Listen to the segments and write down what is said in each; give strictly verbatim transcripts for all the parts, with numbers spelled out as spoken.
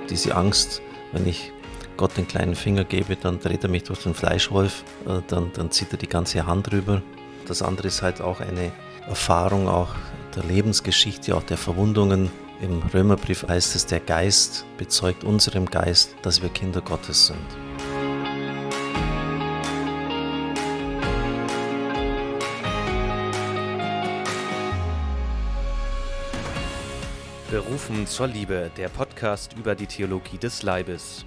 diese Angst, wenn ich Gott den kleinen Finger gebe, dann dreht er mich durch den Fleischwolf, äh, dann, dann zieht er die ganze Hand rüber. Das andere ist halt auch eine Erfahrung auch der Lebensgeschichte, auch der Verwundungen. Im Römerbrief heißt es, der Geist bezeugt unserem Geist, dass wir Kinder Gottes sind. Berufen zur Liebe, der Podcast über die Theologie des Leibes.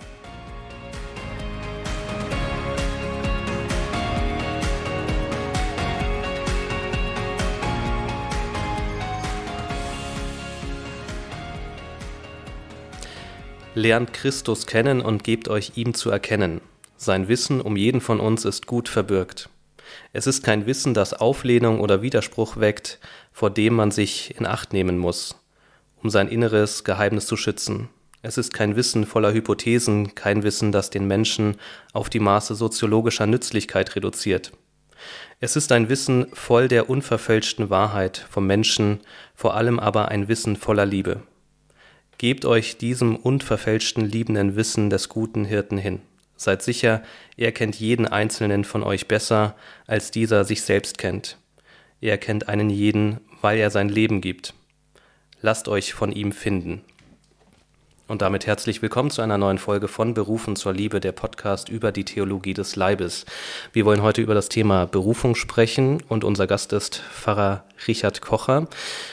Lernt Christus kennen und gebt euch ihm zu erkennen. Sein Wissen um jeden von uns ist gut verbürgt. Es ist kein Wissen, das Auflehnung oder Widerspruch weckt, vor dem man sich in Acht nehmen muss, um sein inneres Geheimnis zu schützen. Es ist kein Wissen voller Hypothesen, kein Wissen, das den Menschen auf die Maße soziologischer Nützlichkeit reduziert. Es ist ein Wissen voll der unverfälschten Wahrheit vom Menschen, vor allem aber ein Wissen voller Liebe. Gebt euch diesem unverfälschten, liebenden Wissen des guten Hirten hin. Seid sicher, er kennt jeden Einzelnen von euch besser, als dieser sich selbst kennt. Er kennt einen jeden, weil er sein Leben gibt. Lasst euch von ihm finden. Und damit herzlich willkommen zu einer neuen Folge von Berufen zur Liebe, der Podcast über die Theologie des Leibes. Wir wollen heute über das Thema Berufung sprechen und unser Gast ist Pfarrer Richard Kocher.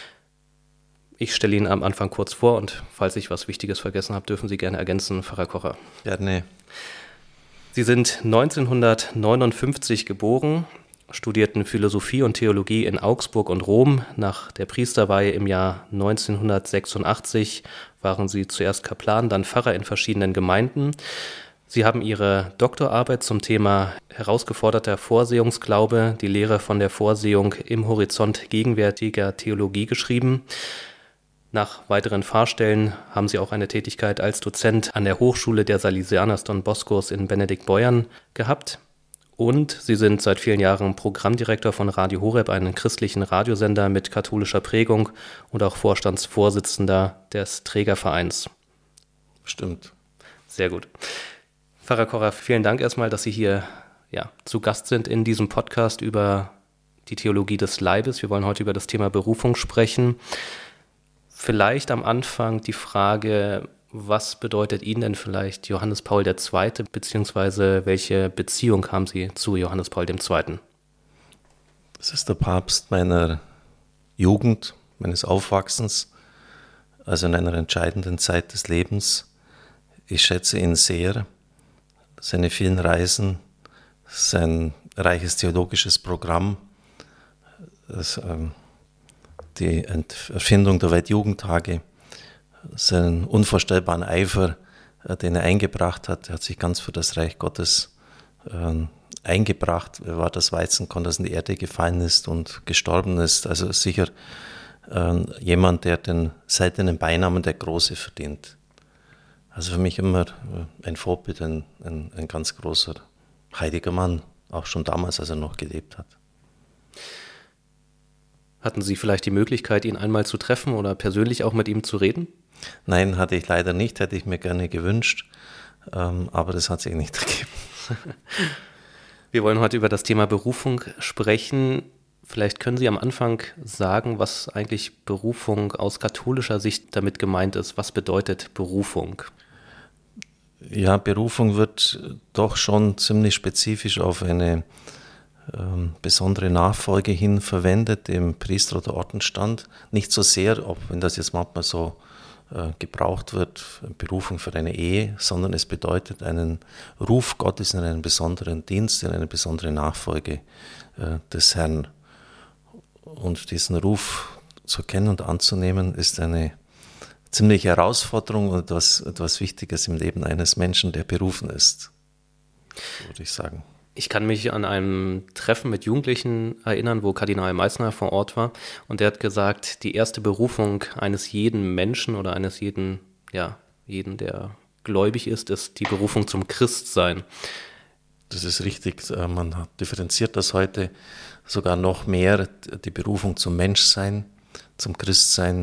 Ich stelle ihn am Anfang kurz vor und falls ich was Wichtiges vergessen habe, dürfen Sie gerne ergänzen, Pfarrer Kocher. Gerne. Sie sind neunzehnhundertneunundfünfzig geboren, studierten Philosophie und Theologie in Augsburg und Rom. Nach der Priesterweihe im Jahr neunzehnhundertsechsundachtzig waren Sie zuerst Kaplan, dann Pfarrer in verschiedenen Gemeinden. Sie haben Ihre Doktorarbeit zum Thema herausgeforderter Vorsehungsglaube, die Lehre von der Vorsehung im Horizont gegenwärtiger Theologie geschrieben. Nach weiteren Fahrstellen haben Sie auch eine Tätigkeit als Dozent an der Hochschule der Salesianer Don Boscos in Benediktbeuern gehabt. Und Sie sind seit vielen Jahren Programmdirektor von Radio Horeb, einem christlichen Radiosender mit katholischer Prägung und auch Vorstandsvorsitzender des Trägervereins. Stimmt. Sehr gut. Pfarrer Kocher, vielen Dank erstmal, dass Sie hier ja, zu Gast sind in diesem Podcast über die Theologie des Leibes. Wir wollen heute über das Thema Berufung sprechen. Vielleicht am Anfang die Frage, was bedeutet Ihnen denn vielleicht Johannes Paul der Zweite, beziehungsweise welche Beziehung haben Sie zu Johannes Paul der Zweite? Das ist der Papst meiner Jugend, meines Aufwachsens, also in einer entscheidenden Zeit des Lebens. Ich schätze ihn sehr, seine vielen Reisen, sein reiches theologisches Programm, das, ähm, die Erfindung der Weltjugendtage, seinen unvorstellbaren Eifer, äh, den er eingebracht hat. Er hat sich ganz für das Reich Gottes äh, eingebracht. Er war das Weizenkorn, das in die Erde gefallen ist und gestorben ist. Also sicher äh, jemand, der den seltenen Beinamen der Große verdient. Also für mich immer äh, ein Vorbild, ein, ein, ein ganz großer heiliger Mann, auch schon damals, als er noch gelebt hat. Hatten Sie vielleicht die Möglichkeit, ihn einmal zu treffen oder persönlich auch mit ihm zu reden? Nein, hatte ich leider nicht, hätte ich mir gerne gewünscht, ähm, aber das hat sich nicht ergeben. Wir wollen heute über das Thema Berufung sprechen. Vielleicht können Sie am Anfang sagen, was eigentlich Berufung aus katholischer Sicht damit gemeint ist. Was bedeutet Berufung? Ja, Berufung wird doch schon ziemlich spezifisch auf eine ähm, besondere Nachfolge hin verwendet, im Priester- oder Ordensstand. Nicht so sehr, ob, wenn das jetzt manchmal so äh, gebraucht wird, Berufung für eine Ehe, sondern es bedeutet einen Ruf Gottes in einen besonderen Dienst, in eine besondere Nachfolge äh, des Herrn. Und diesen Ruf zu kennen und anzunehmen, ist eine ziemliche Herausforderung und etwas, etwas Wichtiges im Leben eines Menschen, der berufen ist, würde ich sagen. Ich kann mich an einem Treffen mit Jugendlichen erinnern, wo Kardinal Meissner vor Ort war und der hat gesagt, die erste Berufung eines jeden Menschen oder eines jeden, ja, jeden, der gläubig ist, ist die Berufung zum Christsein. Das ist richtig, man hat differenziert das heute sogar noch mehr, die Berufung zum Menschsein, zum Christsein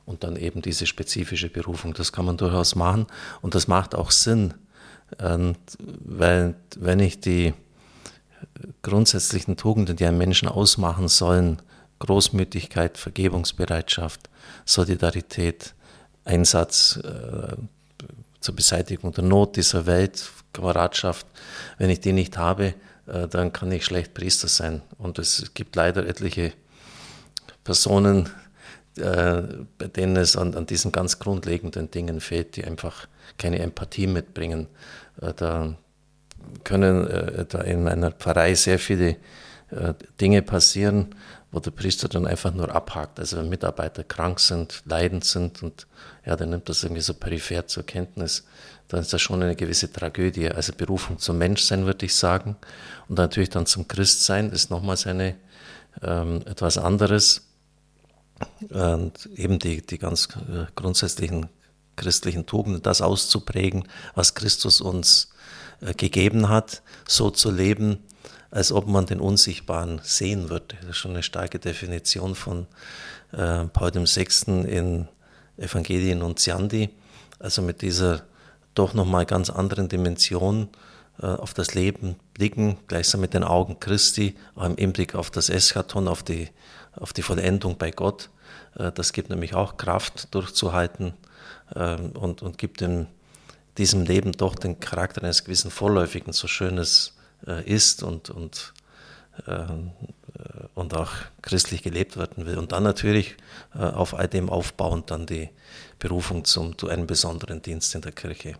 und dann eben diese spezifische Berufung. Das kann man durchaus machen und das macht auch Sinn, und weil wenn ich die grundsätzlichen Tugenden, die einen Menschen ausmachen sollen, Großmütigkeit, Vergebungsbereitschaft, Solidarität, Einsatz äh, zur Beseitigung der Not dieser Welt, Kameradschaft, wenn ich die nicht habe, äh, dann kann ich schlecht Priester sein. Und es gibt leider etliche Personen, äh, bei denen es an, an diesen ganz grundlegenden Dingen fehlt, die einfach keine Empathie mitbringen. Äh, da können äh, da in einer Pfarrei sehr viele äh, Dinge passieren, wo der Priester dann einfach nur abhakt. Also wenn Mitarbeiter krank sind, leidend sind und ja, dann nimmt das irgendwie so peripher zur Kenntnis, dann ist das schon eine gewisse Tragödie. Also Berufung zum Menschsein, würde ich sagen. Und natürlich dann zum Christsein ist nochmals eine, ähm, etwas anderes. Und eben die, die ganz äh, grundsätzlichen christlichen Tugenden, das auszuprägen, was Christus uns äh, gegeben hat, so zu leben, als ob man den Unsichtbaren sehen würde. Das ist schon eine starke Definition von äh, Paul der Sechste in Evangelii Nuntiandi, also mit dieser doch nochmal ganz anderen Dimension äh, auf das Leben blicken, gleichsam mit den Augen Christi, auch im Hinblick auf das Eschaton, auf die, auf die Vollendung bei Gott. Äh, das gibt nämlich auch Kraft, durchzuhalten äh, und, und gibt in diesem Leben doch den Charakter eines gewissen Vorläufigen, so schön es äh, ist und, und, äh, und auch christlich gelebt werden will. Und dann natürlich äh, auf all dem aufbauend dann die Berufung zum, zu einem besonderen Dienst in der Kirche.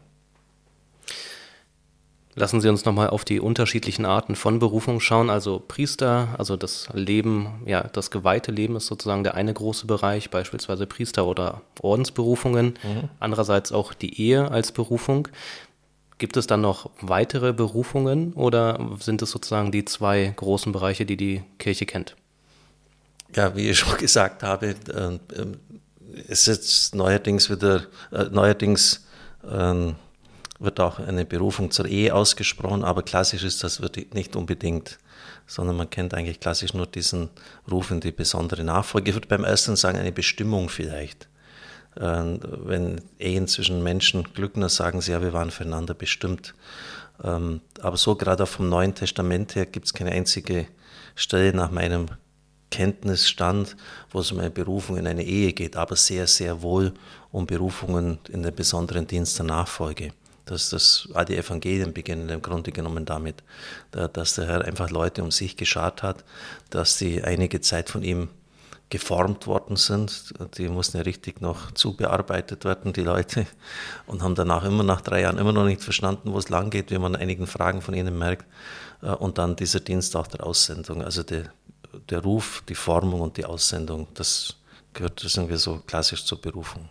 Lassen Sie uns nochmal auf die unterschiedlichen Arten von Berufung schauen. Also Priester, also das Leben, ja, das geweihte Leben ist sozusagen der eine große Bereich, beispielsweise Priester- oder Ordensberufungen. Mhm. Andererseits auch die Ehe als Berufung. Gibt es dann noch weitere Berufungen oder sind es sozusagen die zwei großen Bereiche, die die Kirche kennt? Ja, wie ich schon gesagt habe, äh, äh, es ist jetzt neuerdings wieder, äh, neuerdings äh, wird auch eine Berufung zur Ehe ausgesprochen, aber klassisch ist das nicht unbedingt, sondern man kennt eigentlich klassisch nur diesen Ruf in die besondere Nachfolge. Ich würde beim ersten sagen, eine Bestimmung vielleicht. Äh, wenn Ehen zwischen Menschen glücken, dann sagen sie, ja, wir waren füreinander bestimmt. Ähm, aber so gerade auch vom Neuen Testament her gibt es keine einzige Stelle nach meinem Kenntnisstand, wo es um eine Berufung in eine Ehe geht, aber sehr, sehr wohl um Berufungen in den besonderen Dienst der Nachfolge. Dass das, all die Evangelien beginnen im Grunde genommen damit, dass der Herr einfach Leute um sich geschart hat, dass die einige Zeit von ihm geformt worden sind. Die mussten ja richtig noch zubearbeitet werden, die Leute, und haben danach immer nach drei Jahren immer noch nicht verstanden, wo es lang geht, wie man an einigen Fragen von ihnen merkt. Und dann dieser Dienst auch der Aussendung, also der, der Ruf, die Formung und die Aussendung, das gehört, das sind wir so klassisch zur Berufung.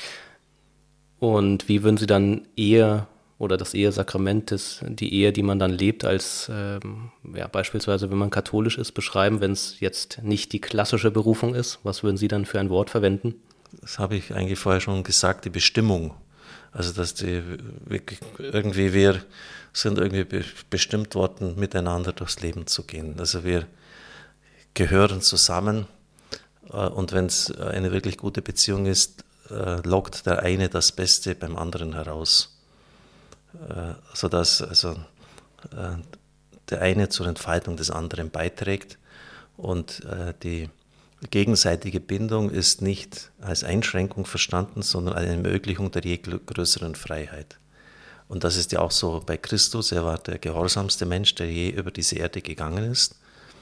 Und wie würden Sie dann Ehe oder das Ehesakrament, das, die Ehe, die man dann lebt, als ähm, ja, beispielsweise, wenn man katholisch ist, beschreiben, wenn es jetzt nicht die klassische Berufung ist? Was würden Sie dann für ein Wort verwenden? Das habe ich eigentlich vorher schon gesagt, die Bestimmung. Also dass die wirklich irgendwie wir sind irgendwie be- bestimmt worden, miteinander durchs Leben zu gehen. Also wir gehören zusammen äh, und wenn es eine wirklich gute Beziehung ist, äh, lockt der eine das Beste beim anderen heraus. Äh, sodass also äh, der eine zur Entfaltung des anderen beiträgt und äh, die gegenseitige Bindung ist nicht als Einschränkung verstanden, sondern als eine Ermöglichung der je größeren Freiheit. Und das ist ja auch so bei Christus. Er war der gehorsamste Mensch, der je über diese Erde gegangen ist,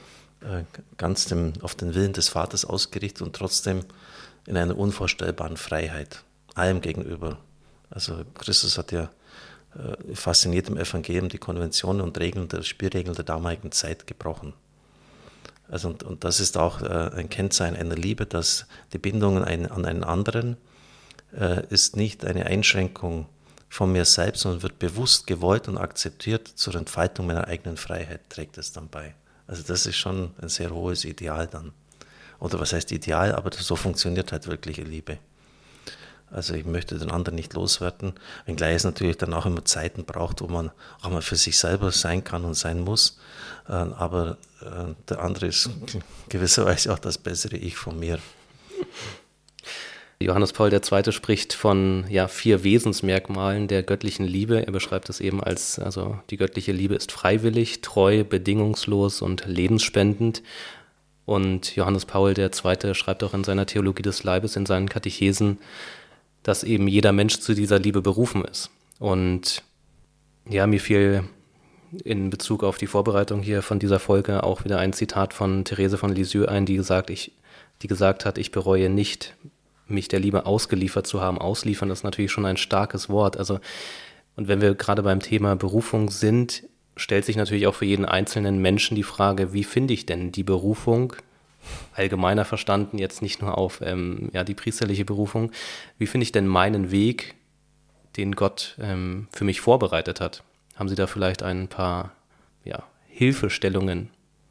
ganz dem, auf den Willen des Vaters ausgerichtet und trotzdem in einer unvorstellbaren Freiheit, allem gegenüber. Also Christus hat ja fast in jedem Evangelium die Konventionen und Regeln der Spielregeln der damaligen Zeit gebrochen. Also und, und das ist auch äh, ein Kennzeichen einer Liebe, dass die Bindung ein, an einen anderen äh, ist nicht eine Einschränkung von mir selbst, sondern wird bewusst gewollt und akzeptiert zur Entfaltung meiner eigenen Freiheit, trägt es dann bei. Also das ist schon ein sehr hohes Ideal dann. Oder was heißt Ideal, aber so funktioniert halt wirkliche Liebe. Also ich möchte den anderen nicht loswerden, wenngleich es natürlich dann auch immer Zeiten braucht, wo man auch mal für sich selber sein kann und sein muss. Aber der andere ist gewisserweise auch das bessere Ich von mir. Johannes Paul der Zweite spricht von ja, vier Wesensmerkmalen der göttlichen Liebe. Er beschreibt es eben als, also die göttliche Liebe ist freiwillig, treu, bedingungslos und lebensspendend. Und Johannes Paul der Zweite schreibt auch in seiner Theologie des Leibes, in seinen Katechesen, dass eben jeder Mensch zu dieser Liebe berufen ist. Und ja, mir fiel in Bezug auf die Vorbereitung hier von dieser Folge auch wieder ein Zitat von Therese von Lisieux ein, die gesagt, ich, die gesagt hat, ich bereue nicht, mich der Liebe ausgeliefert zu haben. Ausliefern ist natürlich schon ein starkes Wort. Also, und wenn wir gerade beim Thema Berufung sind, stellt sich natürlich auch für jeden einzelnen Menschen die Frage, wie finde ich denn die Berufung, allgemeiner verstanden, jetzt nicht nur auf ähm, ja, die priesterliche Berufung, wie finde ich denn meinen Weg, den Gott ähm, für mich vorbereitet hat? Haben Sie da vielleicht ein paar ja, Hilfestellungen?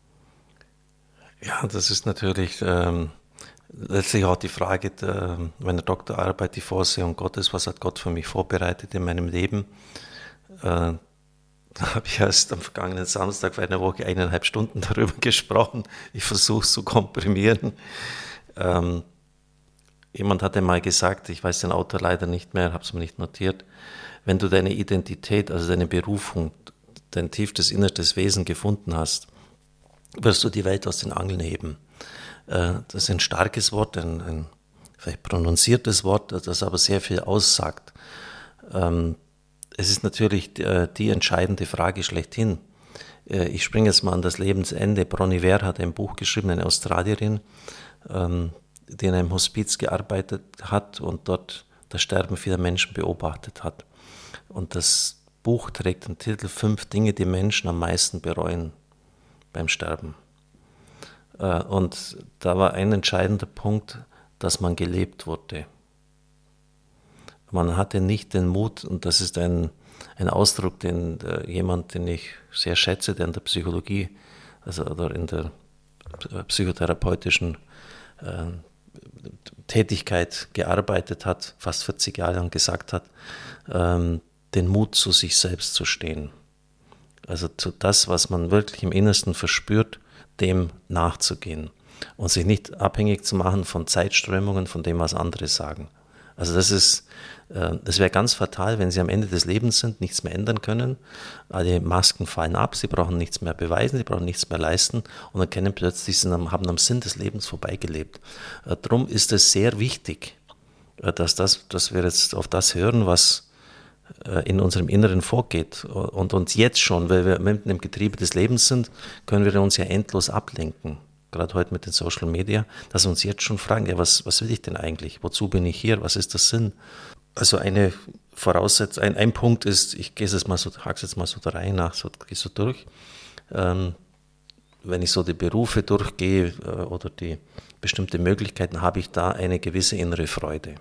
Ja, das ist natürlich ähm, letztlich auch die Frage der, meiner Doktorarbeit, die Vorsehung Gottes. Was hat Gott für mich vorbereitet in meinem Leben? Äh, Da habe ich erst am vergangenen Samstag vor einer Woche eineinhalb Stunden darüber gesprochen. Ich versuche es zu komprimieren. Ähm, jemand hatte mal gesagt, ich weiß den Autor leider nicht mehr, habe es mir nicht notiert, wenn du deine Identität, also deine Berufung, dein tiefstes innerstes Wesen gefunden hast, wirst du die Welt aus den Angeln heben. Äh, das ist ein starkes Wort, ein, ein vielleicht prononziertes Wort, das aber sehr viel aussagt. Ähm, Es ist natürlich die entscheidende Frage schlechthin. Ich springe jetzt mal an das Lebensende. Bronnie Ware hat ein Buch geschrieben, eine Australierin, die in einem Hospiz gearbeitet hat und dort das Sterben vieler Menschen beobachtet hat. Und das Buch trägt den Titel Fünf Dinge, die Menschen am meisten bereuen beim Sterben. Und da war ein entscheidender Punkt, dass man gelebt wurde. Man hatte nicht den Mut, und das ist ein, ein Ausdruck, den äh, jemand, den ich sehr schätze, der in der Psychologie, also oder in der psychotherapeutischen äh, Tätigkeit gearbeitet hat, fast vierzig Jahre lang gesagt hat, ähm, den Mut, zu sich selbst zu stehen. Also zu das, was man wirklich im Innersten verspürt, dem nachzugehen und sich nicht abhängig zu machen von Zeitströmungen, von dem, was andere sagen. Also das ist, das wäre ganz fatal, wenn Sie am Ende des Lebens sind, nichts mehr ändern können. Alle Masken fallen ab, Sie brauchen nichts mehr beweisen, Sie brauchen nichts mehr leisten und erkennen plötzlich, Sie haben am Sinn des Lebens vorbeigelebt. Darum ist es sehr wichtig, dass, das, dass wir jetzt auf das hören, was in unserem Inneren vorgeht. Und uns jetzt schon, weil wir mitten im Getriebe des Lebens sind, können wir uns ja endlos ablenken. Gerade heute mit den Social Media, dass wir uns jetzt schon fragen, ja, was, was will ich denn eigentlich? Wozu bin ich hier? Was ist der Sinn? Also eine Voraussetzung, ein, ein Punkt ist, ich gehe es mal so, hake es jetzt mal so der Reihe nach, so, gehe so durch. Ähm, wenn ich so die Berufe durchgehe äh, oder die bestimmte Möglichkeiten, habe ich da eine gewisse innere Freude.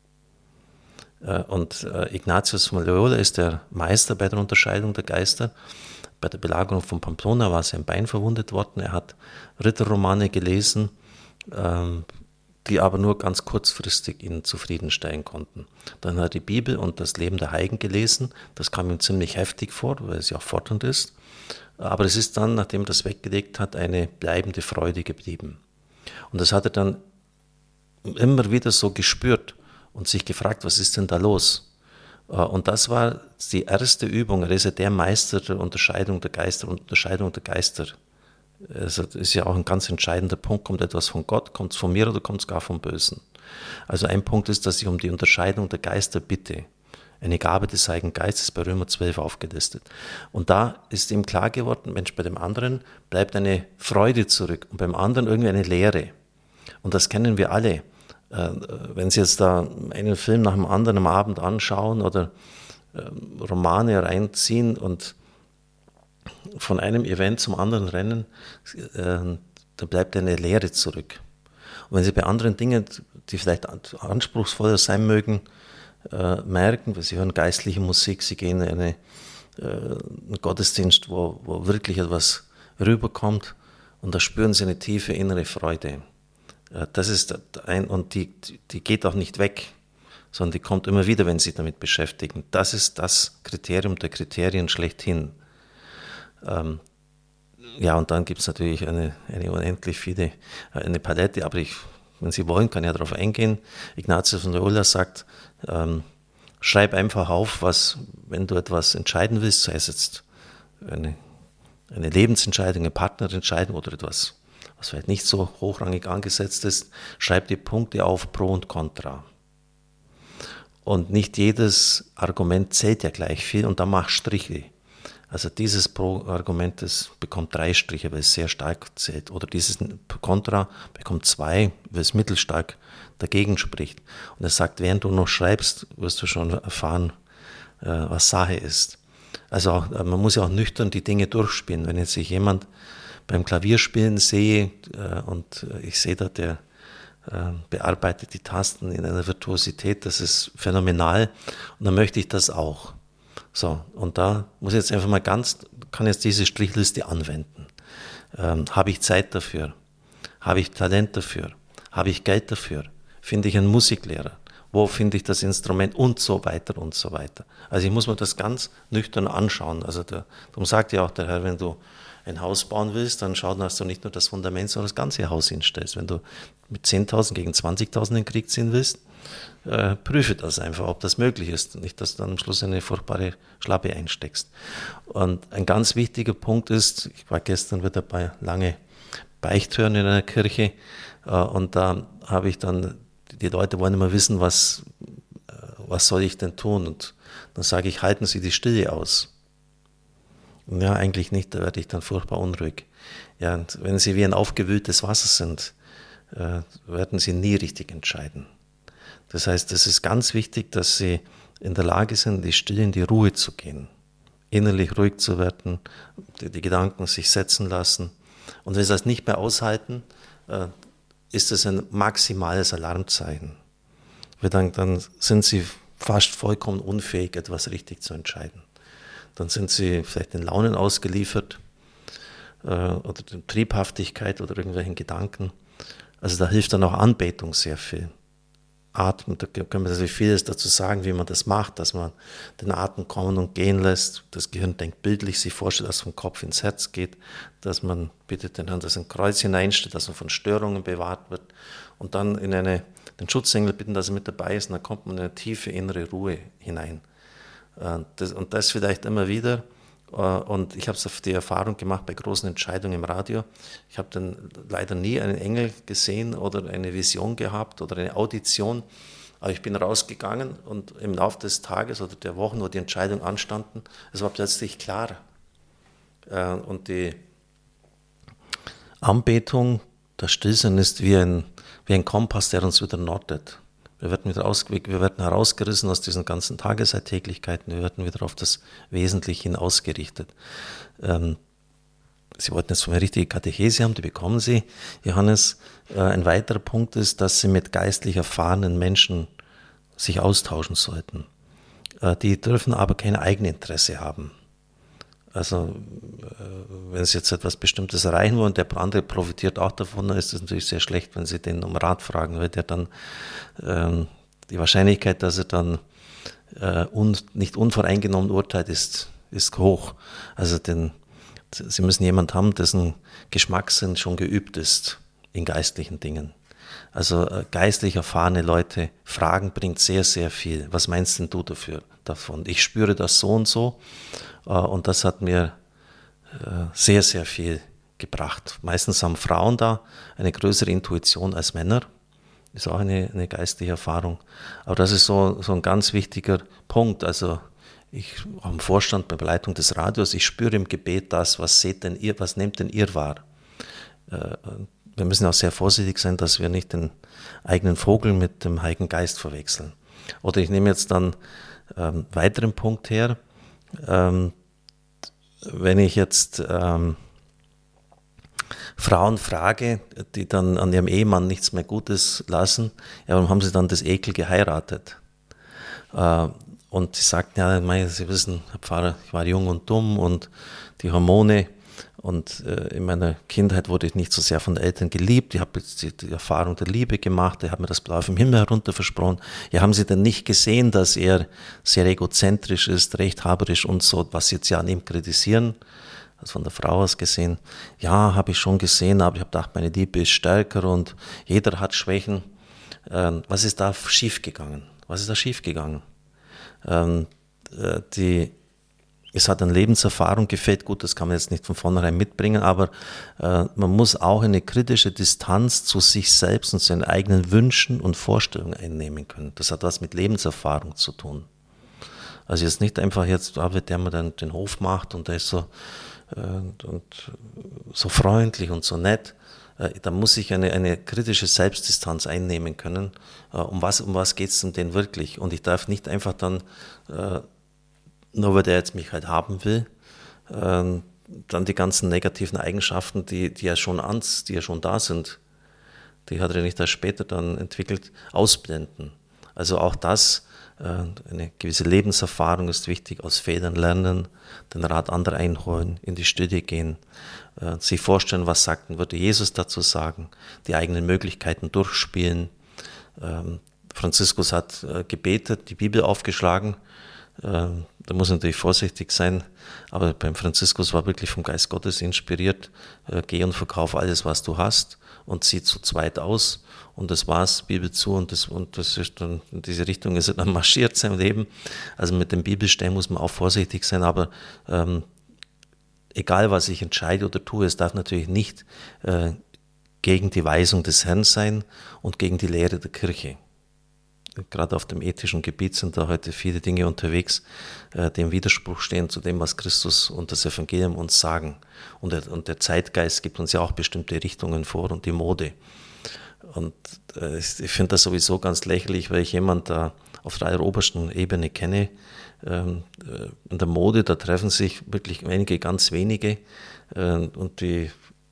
Äh, und äh, Ignatius von Loyola ist der Meister bei der Unterscheidung der Geister. Bei der Belagerung von Pamplona war sein Bein verwundet worden. Er hat Ritterromane gelesen, ähm, die aber nur ganz kurzfristig ihn zufriedenstellen konnten. Dann hat er die Bibel und das Leben der Heiligen gelesen. Das kam ihm ziemlich heftig vor, weil es ja auch fordernd ist. Aber es ist dann, nachdem er das weggelegt hat, eine bleibende Freude geblieben. Und das hat er dann immer wieder so gespürt und sich gefragt, was ist denn da los? Und das war die erste Übung. Er ist ja der Meister der Unterscheidung der Geister und Unterscheidung der Geister. Also das ist ja auch ein ganz entscheidender Punkt. Kommt etwas von Gott, kommt es von mir oder kommt es gar vom Bösen? Also ein Punkt ist, dass ich um die Unterscheidung der Geister bitte. Eine Gabe des Heiligen Geistes bei Römer zwölf aufgelistet. Und da ist ihm klar geworden, Mensch, bei dem anderen bleibt eine Freude zurück und beim anderen irgendwie eine Leere. Und das kennen wir alle. Wenn Sie jetzt da einen Film nach dem anderen am Abend anschauen oder Romane reinziehen und von einem Event zum anderen rennen, da bleibt eine Leere zurück. Und wenn Sie bei anderen Dingen, die vielleicht anspruchsvoller sein mögen, merken, weil Sie hören geistliche Musik, Sie gehen in eine, einen Gottesdienst, wo, wo wirklich etwas rüberkommt und da spüren Sie eine tiefe innere Freude. Das ist ein, und die, die geht auch nicht weg, sondern die kommt immer wieder, wenn Sie sich damit beschäftigen. Das ist das Kriterium der Kriterien schlechthin. Ähm, ja, und dann gibt es natürlich eine, eine unendlich viele, eine Palette, aber ich wenn Sie wollen, kann ich ja darauf eingehen. Ignatius von Loyola sagt, ähm, schreib einfach auf, was, wenn du etwas entscheiden willst, sei es jetzt eine, eine Lebensentscheidung, eine Partnerentscheidung oder etwas, was vielleicht nicht so hochrangig angesetzt ist, schreib die Punkte auf, Pro und Contra. Und nicht jedes Argument zählt ja gleich viel und dann mach Striche. Also dieses Pro-Argument, das bekommt drei Striche, weil es sehr stark zählt. Oder dieses Contra bekommt zwei, weil es mittelstark dagegen spricht. Und er sagt, während du noch schreibst, wirst du schon erfahren, was Sache ist. Also auch, man muss ja auch nüchtern die Dinge durchspielen. Wenn jetzt sich jemand beim Klavierspielen sehe und ich sehe da, der bearbeitet die Tasten in einer Virtuosität, das ist phänomenal und dann möchte ich das auch. So, und da muss ich jetzt einfach mal ganz, kann jetzt diese Strichliste anwenden. Ähm, habe ich Zeit dafür? Habe ich Talent dafür? Habe ich Geld dafür? Finde ich einen Musiklehrer? Wo finde ich das Instrument? Und so weiter und so weiter. Also ich muss mir das ganz nüchtern anschauen. Also der, darum sagt ja auch der Herr, wenn du ein Haus bauen willst, dann schau, dass du nicht nur das Fundament, sondern das ganze Haus hinstellst. Wenn du mit zehntausend gegen zwanzigtausend in den Krieg ziehen willst, äh, prüfe das einfach, ob das möglich ist. Nicht, dass du dann am Schluss eine furchtbare Schlappe einsteckst. Und ein ganz wichtiger Punkt ist, ich war gestern wieder bei lange Beichthören in einer Kirche äh, und da habe ich dann, die Leute wollen immer wissen, was, äh, was soll ich denn tun? Und dann sage ich, halten Sie die Stille aus. Ja, eigentlich nicht, da werde ich dann furchtbar unruhig. Ja, und wenn Sie wie ein aufgewühltes Wasser sind, äh, werden Sie nie richtig entscheiden. Das heißt, es ist ganz wichtig, dass Sie in der Lage sind, in die Stille, in die Ruhe zu gehen, innerlich ruhig zu werden, die, die Gedanken sich setzen lassen. Und wenn Sie das nicht mehr aushalten, äh, ist es ein maximales Alarmzeichen. Weil dann, dann sind Sie fast vollkommen unfähig, etwas richtig zu entscheiden. Dann sind sie vielleicht den Launen ausgeliefert äh, oder der Triebhaftigkeit oder irgendwelchen Gedanken. Also da hilft dann auch Anbetung sehr viel. Atmen, da können wir natürlich vieles dazu sagen, wie man das macht, dass man den Atem kommen und gehen lässt. Das Gehirn denkt bildlich, sich vorstellt, dass es vom Kopf ins Herz geht, dass man bittet den Herrn, dass ein Kreuz hineinstellt, dass man von Störungen bewahrt wird und dann in eine, den Schutzengel bitten, dass er mit dabei ist und dann kommt man in eine tiefe innere Ruhe hinein. Das, und das vielleicht immer wieder. Und ich habe es auf die Erfahrung gemacht bei großen Entscheidungen im Radio. Ich habe dann leider nie einen Engel gesehen oder eine Vision gehabt oder eine Audition. Aber ich bin rausgegangen und im Laufe des Tages oder der Wochen, wo die Entscheidungen anstanden, es war plötzlich klar. Und die Anbetung, das Stillsein ist wie ein, wie ein Kompass, der uns wieder nordet. Wir werden, wieder aus, wir werden herausgerissen aus diesen ganzen Tagesalltäglichkeiten, wir werden wieder auf das Wesentliche hin ausgerichtet. Ähm, Sie wollten jetzt von mir richtige Katechese haben, die bekommen Sie, Johannes. Äh, ein weiterer Punkt ist, dass Sie mit geistlich erfahrenen Menschen sich austauschen sollten. Äh, die dürfen aber kein Eigeninteresse haben. Also wenn Sie jetzt etwas Bestimmtes erreichen wollen, der andere profitiert auch davon, dann ist es natürlich sehr schlecht, wenn Sie den um Rat fragen, weil der dann ähm, die Wahrscheinlichkeit, dass er dann äh, un, nicht unvoreingenommen urteilt, ist, ist hoch. Also den, Sie müssen jemanden haben, dessen Geschmackssinn schon geübt ist in geistlichen Dingen. Also äh, geistlich erfahrene Leute fragen bringt sehr, sehr viel. Was meinst denn du dafür, davon? Ich spüre das so und so. Und das hat mir sehr, sehr viel gebracht. Meistens haben Frauen da eine größere Intuition als Männer. Ist auch eine, eine geistliche Erfahrung. Aber das ist so, so ein ganz wichtiger Punkt. Also ich auch im Vorstand bei Leitung des Radios, ich spüre im Gebet das, was seht denn ihr, was nehmt denn ihr wahr? Wir müssen auch sehr vorsichtig sein, dass wir nicht den eigenen Vogel mit dem Heiligen Geist verwechseln. Oder ich nehme jetzt dann einen weiteren Punkt her. Ähm, wenn ich jetzt ähm, Frauen frage, die dann an ihrem Ehemann nichts mehr Gutes lassen, ja, warum haben sie dann das Ekel geheiratet? Äh, und sie sagten, ja, mein, Sie wissen, Herr Pfarrer, ich war jung und dumm und die Hormone und äh, in meiner Kindheit wurde ich nicht so sehr von den Eltern geliebt, ich habe jetzt die, die Erfahrung der Liebe gemacht, er hat mir das Blaue vom Himmel herunter versprochen. Ja, haben Sie denn nicht gesehen, dass er sehr egozentrisch ist, rechthaberisch und so, was Sie jetzt ja an ihm kritisieren? also von der Frau aus gesehen. Ja, habe ich schon gesehen, aber ich habe gedacht, meine Liebe ist stärker und jeder hat Schwächen. Ähm, was ist da schiefgegangen? Was ist da schiefgegangen? Ähm, äh, die, es hat an Lebenserfahrung gefehlt. Gut, das kann man jetzt nicht von vornherein mitbringen, aber äh, man muss auch eine kritische Distanz zu sich selbst und seinen eigenen Wünschen und Vorstellungen einnehmen können. Das hat was mit Lebenserfahrung zu tun. Also jetzt nicht einfach jetzt, da wird der mir dann den Hof macht und der ist so, äh, und so freundlich und so nett. Äh, da muss ich eine, eine kritische Selbstdistanz einnehmen können. Äh, um was, um was geht es denn wirklich? Und ich darf nicht einfach dann, äh, nur weil der jetzt mich halt haben will, äh, dann die ganzen negativen Eigenschaften, die, die ja schon ans, die ja schon da sind, die hat er nicht erst später dann entwickelt, ausblenden. Also auch das, eine gewisse Lebenserfahrung ist wichtig, aus Fehlern lernen, den Rat anderer einholen, in die Studie gehen, sich vorstellen, was sagten, würde Jesus dazu sagen, die eigenen Möglichkeiten durchspielen. Franziskus hat gebetet, die Bibel aufgeschlagen, da muss man natürlich vorsichtig sein, aber beim Franziskus war wirklich vom Geist Gottes inspiriert, geh und verkauf alles, was du hast und zieh zu zweit aus. Und das war's, Bibel zu, und das, und das ist dann, in diese Richtung ist er dann marschiert sein Leben. Also mit dem Bibelstellen muss man auch vorsichtig sein, aber ähm, egal was ich entscheide oder tue, es darf natürlich nicht äh, gegen die Weisung des Herrn sein und gegen die Lehre der Kirche. Gerade auf dem ethischen Gebiet sind da heute viele Dinge unterwegs, äh, die im Widerspruch stehen zu dem, was Christus und das Evangelium uns sagen. Und der, und der Zeitgeist gibt uns ja auch bestimmte Richtungen vor und die Mode. Und äh, ich finde das sowieso ganz lächerlich, weil ich jemanden da auf der obersten Ebene kenne. Ähm, äh, in der Mode, da treffen sich wirklich einige ganz wenige äh, und die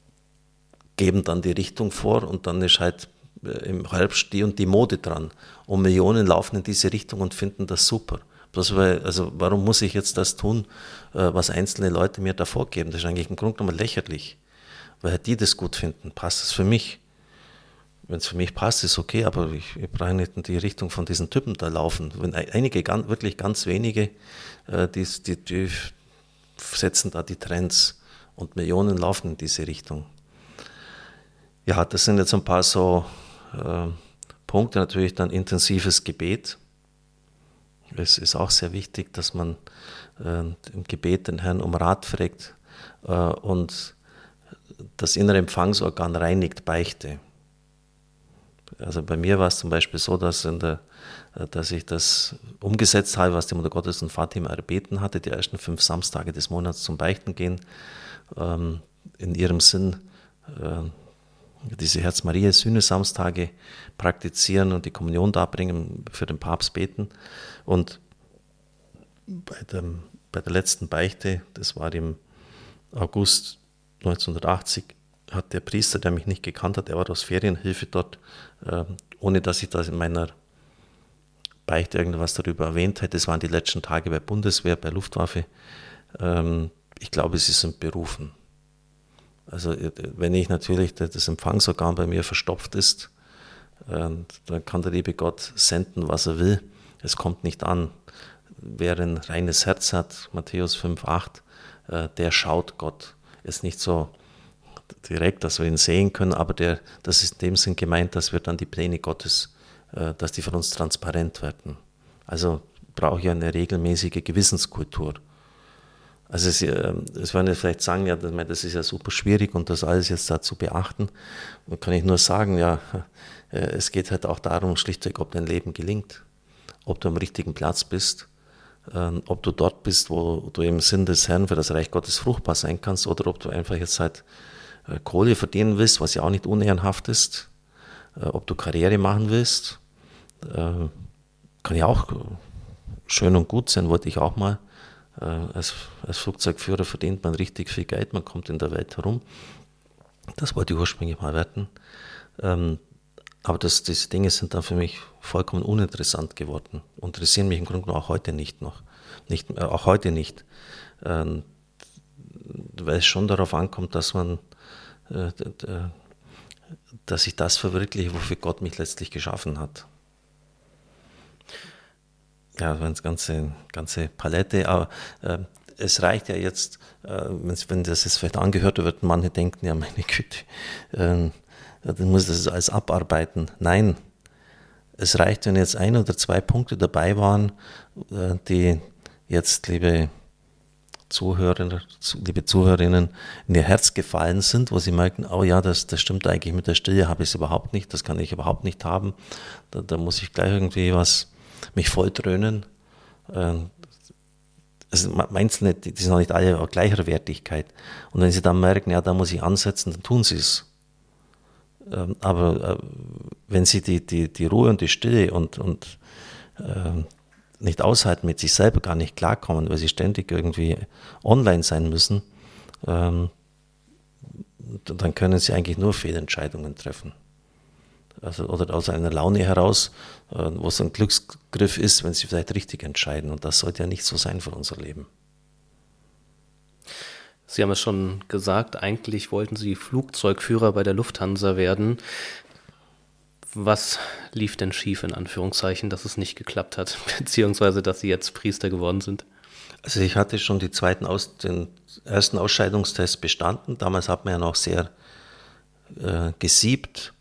geben dann die Richtung vor und dann ist halt äh, im Herbst die und die Mode dran. Und Millionen laufen in diese Richtung und finden das super. Bloß weil, also warum muss ich jetzt das tun, äh, was einzelne Leute mir da vorgeben? Das ist eigentlich im Grunde genommen lächerlich. Weil die das gut finden, passt es für mich. Wenn es für mich passt, ist okay, aber ich, ich brauche nicht in die Richtung von diesen Typen da laufen. Wenn einige, ganz, wirklich ganz wenige, äh, die, die, die setzen da die Trends und Millionen laufen in diese Richtung. Ja, das sind jetzt ein paar so äh, Punkte. Natürlich dann intensives Gebet. Es ist auch sehr wichtig, dass man äh, im Gebet den Herrn um Rat fragt äh, und das innere Empfangsorgan reinigt, Beichte. Also bei mir war es zum Beispiel so, dass, in der, dass ich das umgesetzt habe, was die Mutter Gottes und Fatima erbeten hatte, die ersten fünf Samstage des Monats zum Beichten gehen, ähm, in ihrem Sinn äh, diese Herz-Maria-Sühne-Samstage praktizieren und die Kommunion darbringen, für den Papst beten. Und bei, dem, bei der letzten Beichte, das war im August neunzehnhundertachtzig, hat der Priester, der mich nicht gekannt hat, der war aus Ferienhilfe dort, äh, ohne dass ich da in meiner Beichte irgendwas darüber erwähnt hätte. Das waren die letzten Tage bei Bundeswehr, bei Luftwaffe. Ähm, ich glaube, sie sind berufen. Also wenn ich natürlich, das Empfangsorgan bei mir verstopft ist, äh, dann kann der liebe Gott senden, was er will. Es kommt nicht an. Wer ein reines Herz hat, Matthäus fünf, acht, äh, der schaut Gott. Ist nicht so direkt, dass wir ihn sehen können, aber der, das ist in dem Sinn gemeint, dass wir dann die Pläne Gottes, äh, dass die von uns transparent werden. Also brauche ich eine regelmäßige Gewissenskultur. Also es, äh, es werden vielleicht sagen, ja, das ist ja super schwierig und das alles jetzt da zu beachten. Dann kann ich nur sagen, ja, äh, es geht halt auch darum, schlichtweg, ob dein Leben gelingt, ob du am richtigen Platz bist, äh, ob du dort bist, wo du im Sinn des Herrn für das Reich Gottes fruchtbar sein kannst, oder ob du einfach jetzt halt Kohle verdienen willst, was ja auch nicht unehrenhaft ist, äh, ob du Karriere machen willst, äh, kann ja auch schön und gut sein, wollte ich auch mal. Äh, als, als Flugzeugführer verdient man richtig viel Geld, man kommt in der Welt herum. Das wollte ich ursprünglich mal werden. Ähm, aber das, diese Dinge sind dann für mich vollkommen uninteressant geworden, interessieren mich im Grunde genommen auch heute nicht noch. Nicht, äh, auch heute nicht. Ähm, weil es schon darauf ankommt, dass man dass ich das verwirkliche, wofür Gott mich letztlich geschaffen hat. Ja, eine ganze, ganze Palette, aber äh, es reicht ja jetzt, äh, wenn das jetzt vielleicht angehört wird, manche denken, ja meine Güte, äh, dann muss das alles abarbeiten. Nein, es reicht, wenn jetzt ein oder zwei Punkte dabei waren, äh, die jetzt, liebe Zuhörer, liebe Zuhörerinnen, in ihr Herz gefallen sind, wo sie merken, oh ja, das, das stimmt eigentlich mit der Stille, habe ich es überhaupt nicht, das kann ich überhaupt nicht haben, da, da muss ich gleich irgendwie was mich volltrönen. Also meinst du nicht, die sind auch nicht alle gleicher Wertigkeit. Und wenn sie dann merken, ja, da muss ich ansetzen, dann tun sie es. Aber wenn sie die, die, die Ruhe und die Stille und, und äh, nicht aushalten, mit sich selber gar nicht klarkommen, weil sie ständig irgendwie online sein müssen, ähm, dann können sie eigentlich nur Fehlentscheidungen treffen. Also, oder aus einer Laune heraus, äh, wo es ein Glücksgriff ist, wenn sie vielleicht richtig entscheiden. Und das sollte ja nicht so sein für unser Leben. Sie haben es schon gesagt, eigentlich wollten Sie Flugzeugführer bei der Lufthansa werden. Was lief denn schief, in Anführungszeichen, dass es nicht geklappt hat, beziehungsweise dass Sie jetzt Priester geworden sind? Also ich hatte schon die zweiten Aus, den ersten Ausscheidungstest bestanden. Damals hat man ja noch sehr äh, gesiebt.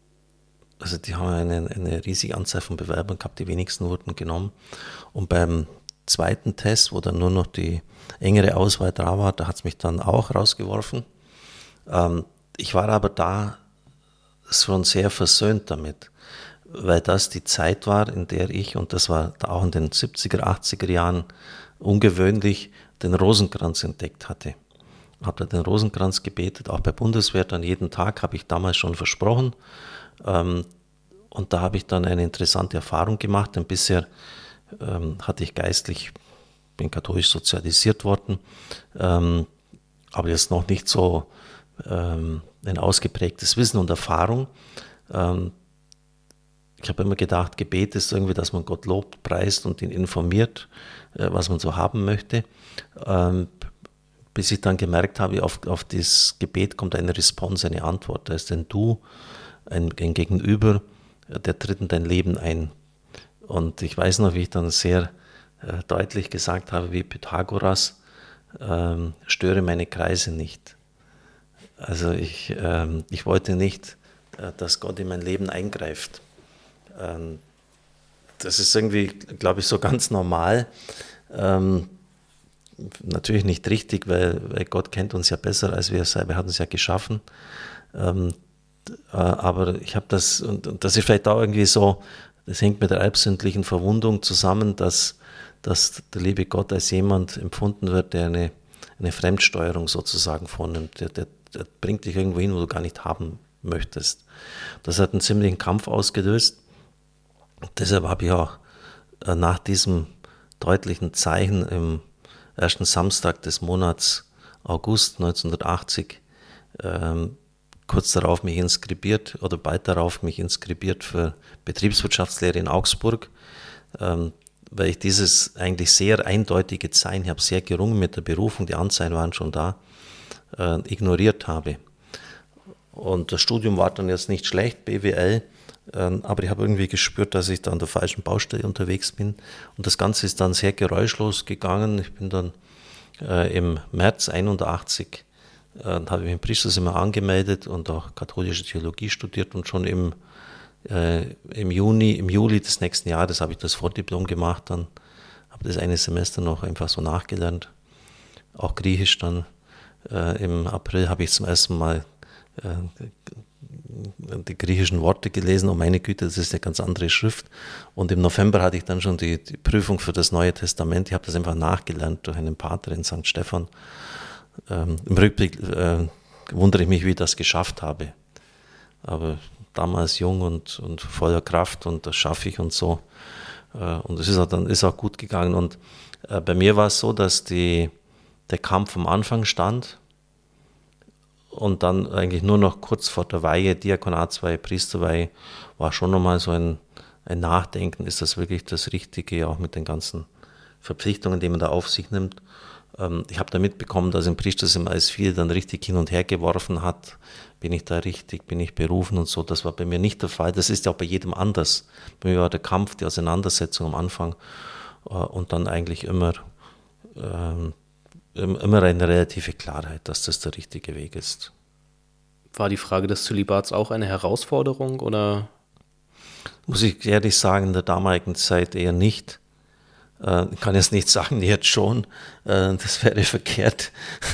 Also die haben eine, eine riesige Anzahl von Bewerbern gehabt, die wenigsten wurden genommen. Und beim zweiten Test, wo dann nur noch die engere Auswahl da war, da hat es mich dann auch rausgeworfen. Ähm, ich war aber da schon sehr versöhnt damit, weil das die Zeit war, in der ich, und das war auch in den siebziger, achtziger Jahren ungewöhnlich, den Rosenkranz entdeckt hatte. Ich habe da den Rosenkranz gebetet, auch bei Bundeswehr, dann jeden Tag, habe ich damals schon versprochen. Ähm, und da habe ich dann eine interessante Erfahrung gemacht, denn bisher ähm, hatte ich geistlich, bin katholisch sozialisiert worden, ähm, aber jetzt noch nicht so ähm, ein ausgeprägtes Wissen und Erfahrung. Ähm, ich habe immer gedacht, Gebet ist irgendwie, dass man Gott lobt, preist und ihn informiert, äh, was man so haben möchte. Ähm, bis ich dann gemerkt habe, auf, auf dieses Gebet kommt eine Response, eine Antwort. Da ist ein Du, ein, ein Gegenüber, der tritt in dein Leben ein. Und ich weiß noch, wie ich dann sehr äh, deutlich gesagt habe, wie Pythagoras, ähm, störe meine Kreise nicht. Also ich, ähm, ich wollte nicht, äh, dass Gott in mein Leben eingreift. Ähm, das ist irgendwie, glaube ich, so ganz normal. Ähm, natürlich nicht richtig, weil, weil Gott kennt uns ja besser als wir selber, er hat uns ja geschaffen. Ähm, äh, aber ich habe das, und, und das ist vielleicht auch irgendwie so, das hängt mit der erbsündlichen Verwundung zusammen, dass, dass der liebe Gott als jemand empfunden wird, der eine, eine Fremdsteuerung sozusagen vornimmt, der, der Der bringt dich irgendwo hin, wo du gar nicht haben möchtest. Das hat einen ziemlichen Kampf ausgelöst. Deshalb habe ich auch nach diesem deutlichen Zeichen im ersten Samstag des Monats August neunzehnhundertachtzig ähm, kurz darauf mich inskribiert oder bald darauf mich inskribiert für Betriebswirtschaftslehre in Augsburg, ähm, weil ich dieses eigentlich sehr eindeutige Zeichen, ich habe sehr gerungen mit der Berufung, die Anzeichen waren schon da, äh, ignoriert habe. Und das Studium war dann jetzt nicht schlecht, B W L, äh, aber ich habe irgendwie gespürt, dass ich da an der falschen Baustelle unterwegs bin. Und das Ganze ist dann sehr geräuschlos gegangen. Ich bin dann äh, im März einundachtzig äh, habe ich mich im Priesterzimmer angemeldet und auch katholische Theologie studiert und schon im, äh, im Juni, im Juli des nächsten Jahres habe ich das Vordiplom gemacht, dann habe das eine Semester noch einfach so nachgelernt, auch Griechisch dann. Äh, im April habe ich zum ersten Mal äh, die griechischen Worte gelesen, oh meine Güte, das ist eine ganz andere Schrift. Und im November hatte ich dann schon die, die Prüfung für das Neue Testament, ich habe das einfach nachgelernt durch einen Pater in Sankt Stephan. Ähm, Im Rückblick äh, wundere ich mich, wie ich das geschafft habe. Aber damals jung und, und voller Kraft und das schaffe ich und so. Äh, und es ist auch, dann ist auch gut gegangen. Und äh, bei mir war es so, dass die, der Kampf am Anfang stand und dann eigentlich nur noch kurz vor der Weihe, Diakonatsweihe, Priesterweihe, war schon nochmal so ein, ein Nachdenken, ist das wirklich das Richtige, auch mit den ganzen Verpflichtungen, die man da auf sich nimmt. Ich habe da mitbekommen, dass im Priesterzimmer als viel dann richtig hin und her geworfen hat. Bin ich da richtig, bin ich berufen und so. Das war bei mir nicht der Fall. Das ist ja auch bei jedem anders. Bei mir war der Kampf, die Auseinandersetzung am Anfang und dann eigentlich immer ähm, immer eine relative Klarheit, dass das der richtige Weg ist. War die Frage des Zölibats auch eine Herausforderung, oder? Muss ich ehrlich sagen, in der damaligen Zeit eher nicht. Ich kann jetzt nicht sagen, jetzt schon, das wäre verkehrt.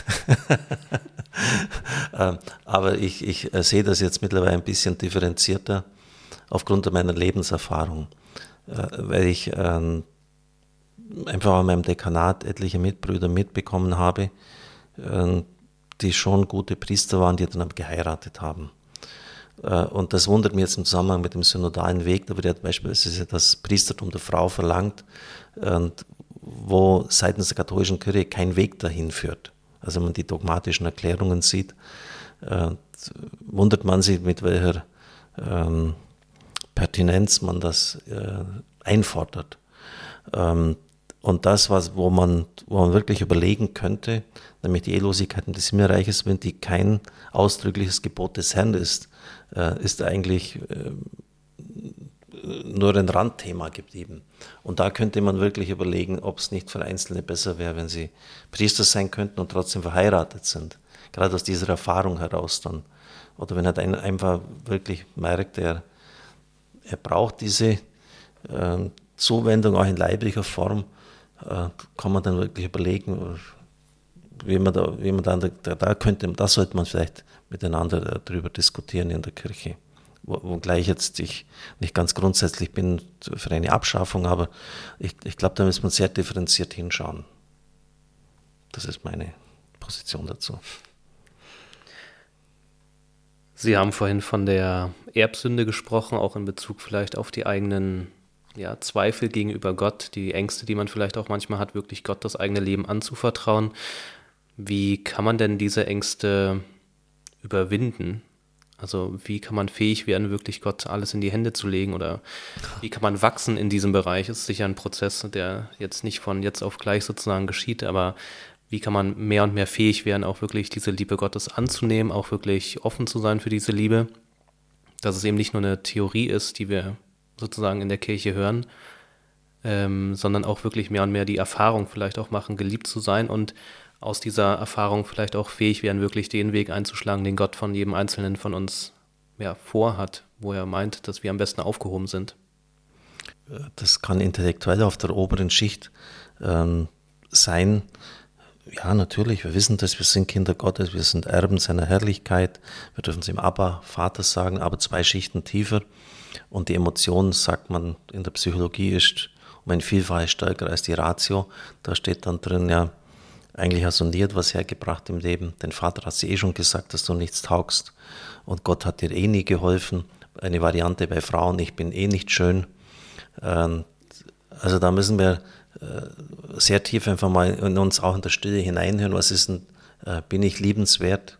Aber ich, ich sehe das jetzt mittlerweile ein bisschen differenzierter aufgrund meiner Lebenserfahrung, weil ich einfach an meinem Dekanat etliche Mitbrüder mitbekommen habe, die schon gute Priester waren, die dann geheiratet haben. Und das wundert mich jetzt im Zusammenhang mit dem synodalen Weg, da wird ja beispielsweise das Priestertum der Frau verlangt, und wo seitens der katholischen Kirche kein Weg dahin führt. Also wenn man die dogmatischen Erklärungen sieht, äh, wundert man sich, mit welcher ähm, Pertinenz man das äh, einfordert. Ähm, und das, was, wo, man, wo man wirklich überlegen könnte, nämlich die Ehelosigkeit des Himmelreiches, wenn die kein ausdrückliches Gebot des Herrn ist, äh, ist eigentlich äh, nur ein Randthema geblieben. Und da könnte man wirklich überlegen, ob es nicht für Einzelne besser wäre, wenn sie Priester sein könnten und trotzdem verheiratet sind. Gerade aus dieser Erfahrung heraus dann. Oder wenn er einfach wirklich merkt, er, er braucht diese äh, Zuwendung auch in leiblicher Form, äh, kann man dann wirklich überlegen, wie man da, wie man dann, da, da könnte, da sollte man vielleicht miteinander darüber diskutieren in der Kirche. Wogleich jetzt ich nicht ganz grundsätzlich bin für eine Abschaffung, aber ich, ich glaube, da müssen wir sehr differenziert hinschauen. Das ist meine Position dazu. Sie haben vorhin von der Erbsünde gesprochen, auch in Bezug vielleicht auf die eigenen ja, Zweifel gegenüber Gott, die Ängste, die man vielleicht auch manchmal hat, wirklich Gott das eigene Leben anzuvertrauen. Wie kann man denn diese Ängste überwinden? Also wie kann man fähig werden, wirklich Gott alles in die Hände zu legen, oder wie kann man wachsen in diesem Bereich? Es ist sicher ein Prozess, der jetzt nicht von jetzt auf gleich sozusagen geschieht, aber wie kann man mehr und mehr fähig werden, auch wirklich diese Liebe Gottes anzunehmen, auch wirklich offen zu sein für diese Liebe, dass es eben nicht nur eine Theorie ist, die wir sozusagen in der Kirche hören, ähm, sondern auch wirklich mehr und mehr die Erfahrung vielleicht auch machen, geliebt zu sein und aus dieser Erfahrung vielleicht auch fähig werden, wirklich den Weg einzuschlagen, den Gott von jedem Einzelnen von uns ja, vorhat, wo er meint, dass wir am besten aufgehoben sind. Das kann intellektuell auf der oberen Schicht ähm, sein. Ja, natürlich, wir wissen das, wir sind Kinder Gottes, wir sind Erben seiner Herrlichkeit, wir dürfen es ihm Abba, Vater sagen, aber zwei Schichten tiefer. Und die Emotion, sagt man in der Psychologie, ist um ein Vielfaches stärker als die Ratio. Da steht dann drin, ja, eigentlich hast du nie etwas hergebracht im Leben. Dein Vater hat dir eh schon gesagt, dass du nichts taugst. Und Gott hat dir eh nie geholfen. Eine Variante bei Frauen, ich bin eh nicht schön. Also da müssen wir sehr tief einfach mal in uns auch in der Stille hineinhören. Was ist denn, bin ich liebenswert?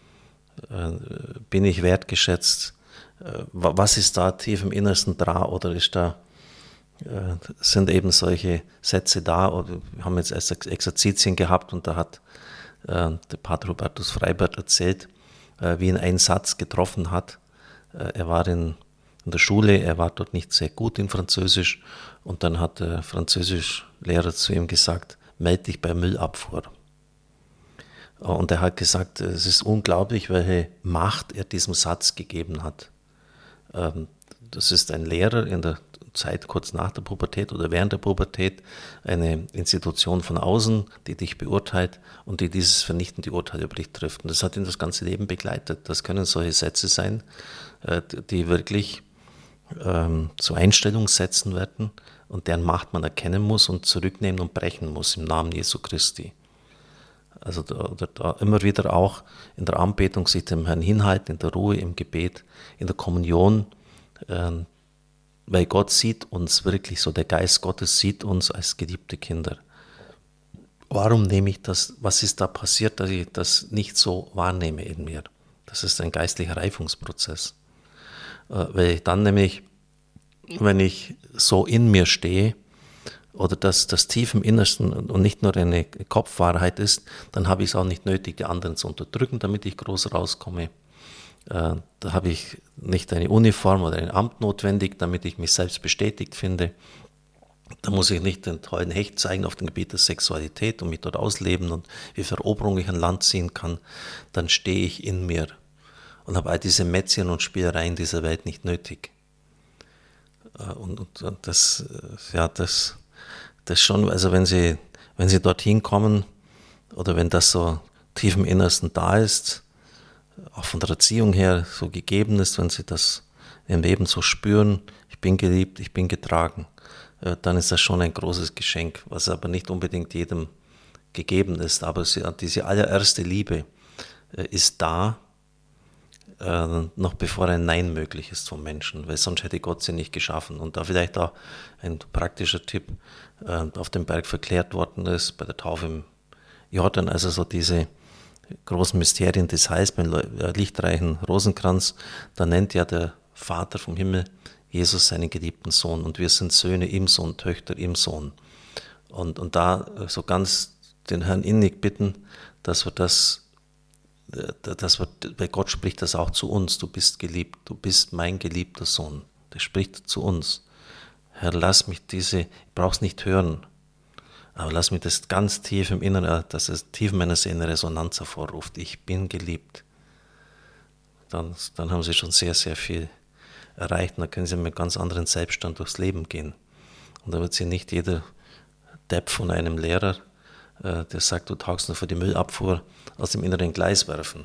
Bin ich wertgeschätzt? Was ist da tief im Innersten dran? Oder ist da sind eben solche Sätze da. Wir haben jetzt erst Exerzitien gehabt und da hat äh, der Pater Hubertus Freibert erzählt, äh, wie ihn ein Satz getroffen hat. Äh, er war in, in der Schule, er war dort nicht sehr gut in Französisch und dann hat der Französischlehrer zu ihm gesagt, melde dich bei Müllabfuhr. Und er hat gesagt, es ist unglaublich, welche Macht er diesem Satz gegeben hat. Ähm, das ist ein Lehrer in der Zeit kurz nach der Pubertät oder während der Pubertät, eine Institution von außen, die dich beurteilt und die dieses vernichtende Urteil über dich trifft. Und das hat ihn das ganze Leben begleitet. Das können solche Sätze sein, die wirklich ähm, zu Einstellungssätzen werden und deren Macht man erkennen muss und zurücknehmen und brechen muss im Namen Jesu Christi. Also da, da immer wieder auch in der Anbetung sich dem Herrn hinhalten, in der Ruhe, im Gebet, in der Kommunion, ähm, weil Gott sieht uns wirklich so, der Geist Gottes sieht uns als geliebte Kinder. Warum nehme ich das, was ist da passiert, dass ich das nicht so wahrnehme in mir? Das ist ein geistlicher Reifungsprozess. Weil ich dann nämlich, wenn ich so in mir stehe, oder dass das tief im Innersten und nicht nur eine Kopfwahrheit ist, dann habe ich es auch nicht nötig, die anderen zu unterdrücken, damit ich groß rauskomme. Da habe ich nicht eine Uniform oder ein Amt notwendig, damit ich mich selbst bestätigt finde. Da muss ich nicht den tollen Hecht zeigen auf dem Gebiet der Sexualität und mich dort ausleben und wie viel Eroberung ich an Land ziehen kann. Dann stehe ich in mir und habe all diese Mätzchen und Spielereien dieser Welt nicht nötig. Und, und, und das, ja, das, das schon, also wenn Sie, wenn Sie dorthin kommen oder wenn das so tief im Innersten da ist, auch von der Erziehung her so gegeben ist, wenn Sie das im Leben so spüren, ich bin geliebt, ich bin getragen, dann ist das schon ein großes Geschenk, was aber nicht unbedingt jedem gegeben ist. Aber diese allererste Liebe ist da, noch bevor ein Nein möglich ist vom Menschen, weil sonst hätte Gott sie nicht geschaffen. Und da vielleicht auch ein praktischer Tipp, auf dem Berg verklärt worden ist, bei der Taufe im Jordan, also so diese großen Mysterien des Heils, beim lichtreichen Rosenkranz, da nennt ja der Vater vom Himmel Jesus seinen geliebten Sohn und wir sind Söhne im Sohn, Töchter im Sohn. Und, und da so ganz den Herrn innig bitten, dass wir das, dass wir, bei Gott spricht das auch zu uns, du bist geliebt, du bist mein geliebter Sohn. Der spricht zu uns. Herr, lass mich diese, ich brauch's nicht hören, aber lass mich das ganz tief im Inneren, dass es tief in meiner Seele Resonanz hervorruft. Ich bin geliebt. Dann, dann haben Sie schon sehr, sehr viel erreicht und dann können Sie mit ganz anderen Selbststand durchs Leben gehen. Und da wird Sie nicht jeder Depp von einem Lehrer, äh, der sagt, du taugst nur für die Müllabfuhr, aus dem inneren Gleis werfen.